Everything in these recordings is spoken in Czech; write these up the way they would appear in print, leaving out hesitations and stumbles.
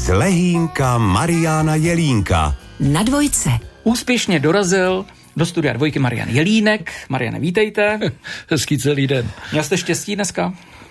z Lehínka Mariana Jelínka. Na dvojce. Úspěšně dorazil do studia dvojky Marian Jelínek. Mariane, vítejte. Hezký celý den. Měl jste štěstí dneska?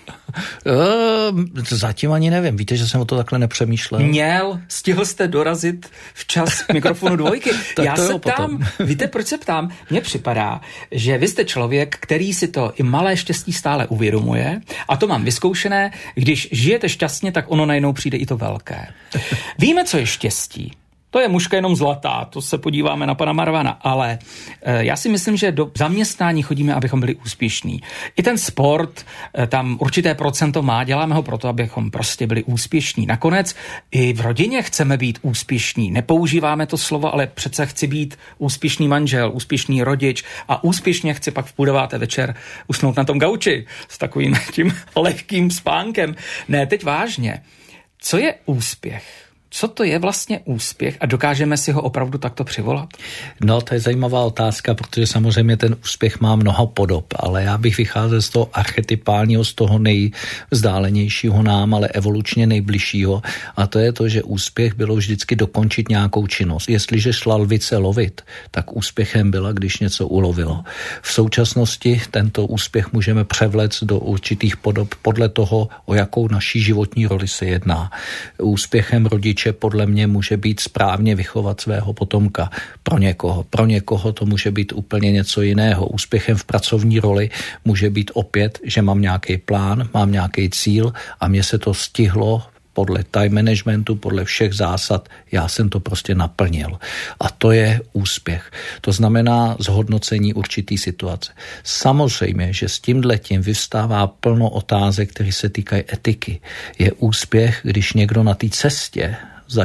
Zatím ani nevím. Víte, že jsem o to takhle nepřemýšlel? Měl. Stihl jste dorazit včas k mikrofonu dvojky. Já se ptám, víte, proč se ptám? Mně připadá, že vy jste člověk, který si to i malé štěstí stále uvědomuje, a to mám vyzkoušené, když žijete šťastně, tak ono najednou přijde i to velké. Víme, co je štěstí. To je mužka jenom zlatá, to se podíváme na pana Marvana, ale já si myslím, že do zaměstnání chodíme, abychom byli úspěšní. I ten sport tam určité procento má, děláme ho proto, abychom prostě byli úspěšní. Nakonec i v rodině chceme být úspěšní. Nepoužíváme to slovo, ale přece chci být úspěšný manžel, úspěšný rodič a úspěšně chci pak v půl deváté večer usnout na tom gauči s takovým tím lehkým spánkem. Ne, teď vážně. Co je úspěch? Co to je vlastně úspěch a dokážeme si ho opravdu takto přivolat? No, to je zajímavá otázka, protože samozřejmě ten úspěch má mnoho podob, ale já bych vycházel z toho archetypálního, z toho nejvzdálenějšího nám, ale evolučně nejbližšího, a to je to, že úspěch bylo vždycky dokončit nějakou činnost. Jestliže šla lvice lovit, tak úspěchem byla, když něco ulovilo. V současnosti tento úspěch můžeme převléct do určitých podob podle toho, o jakou naší životní roli se jedná. Úspěchem rodiče podle mě může být správně vychovat svého potomka pro někoho to může být úplně něco jiného. Úspěchem v pracovní roli může být opět, že mám nějaký plán, mám nějaký cíl a mně se to stihlo podle time managementu, podle všech zásad, já jsem to prostě naplnil. A to je úspěch. To znamená zhodnocení určitý situace. Samozřejmě, že s tímhletím vyvstává plno otázek, které se týkají etiky. Je úspěch, když někdo na té cestě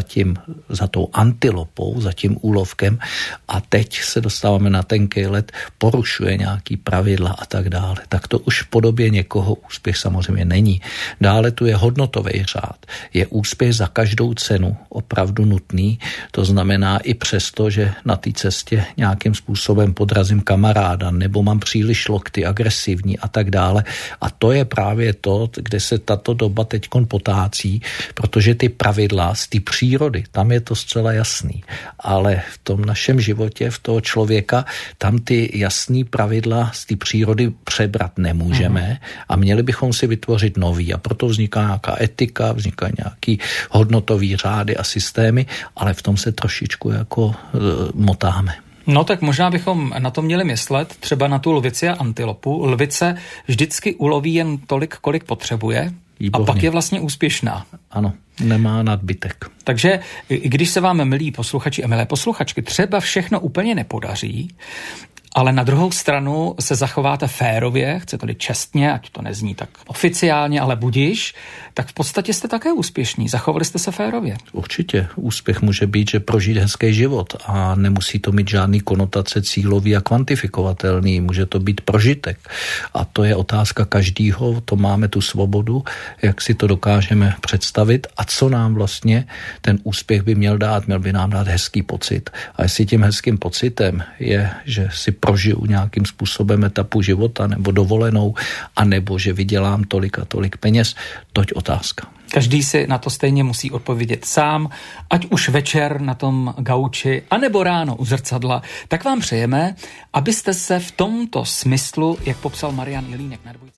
za tou antilopou, za tím úlovkem a teď se dostáváme na tenký led, porušuje nějaký pravidla a tak dále. Tak to už v podobě někoho úspěch samozřejmě není. Dále tu je hodnotový řád. Je úspěch za každou cenu opravdu nutný, to znamená i přesto, že na té cestě nějakým způsobem podrazím kamaráda nebo mám příliš lokty, agresivní a tak dále. A to je právě to, kde se tato doba teďkon potácí, protože ty pravidla z té přírody, tam je to zcela jasný. Ale v tom našem životě, v toho člověka, tam ty jasný pravidla z té přírody přebrat nemůžeme a měli bychom si vytvořit nový. A proto vzniká nějaká etika, vznikají nějaký hodnotový řády a systémy, ale v tom se trošičku jako motáme. No tak možná bychom na to měli myslet, třeba na tu lvici a antilopu. Lvice vždycky uloví jen tolik, kolik potřebuje. Výborně. A pak je vlastně úspěšná. Ano, nemá nadbytek. Takže i když se vám, milí posluchači a milé posluchačky, třeba všechno úplně nepodaří, ale na druhou stranu se zachováte férově, chcete-li čestně, ať to nezní tak oficiálně, ale budiš, tak v podstatě jste také úspěšní. Zachovali jste se férově. Určitě. Úspěch může být, že prožít hezký život a nemusí to mít žádný konotace cílový a kvantifikovatelný. Může to být prožitek. A to je otázka každýho, to máme tu svobodu, jak si to dokážeme představit a co nám vlastně ten úspěch by měl dát. Měl by nám dát hezký pocit. A jestli tím hezkým pocitem je, že si prožiju nějakým způsobem etapu života nebo dovolenou, anebo že vydělám tolik a tolik peněz, toť otázka. Každý si na to stejně musí odpovědět sám, ať už večer na tom gauči, anebo ráno u zrcadla. Tak vám přejeme, abyste se v tomto smyslu, jak popsal Marian Jelínek na dvojce,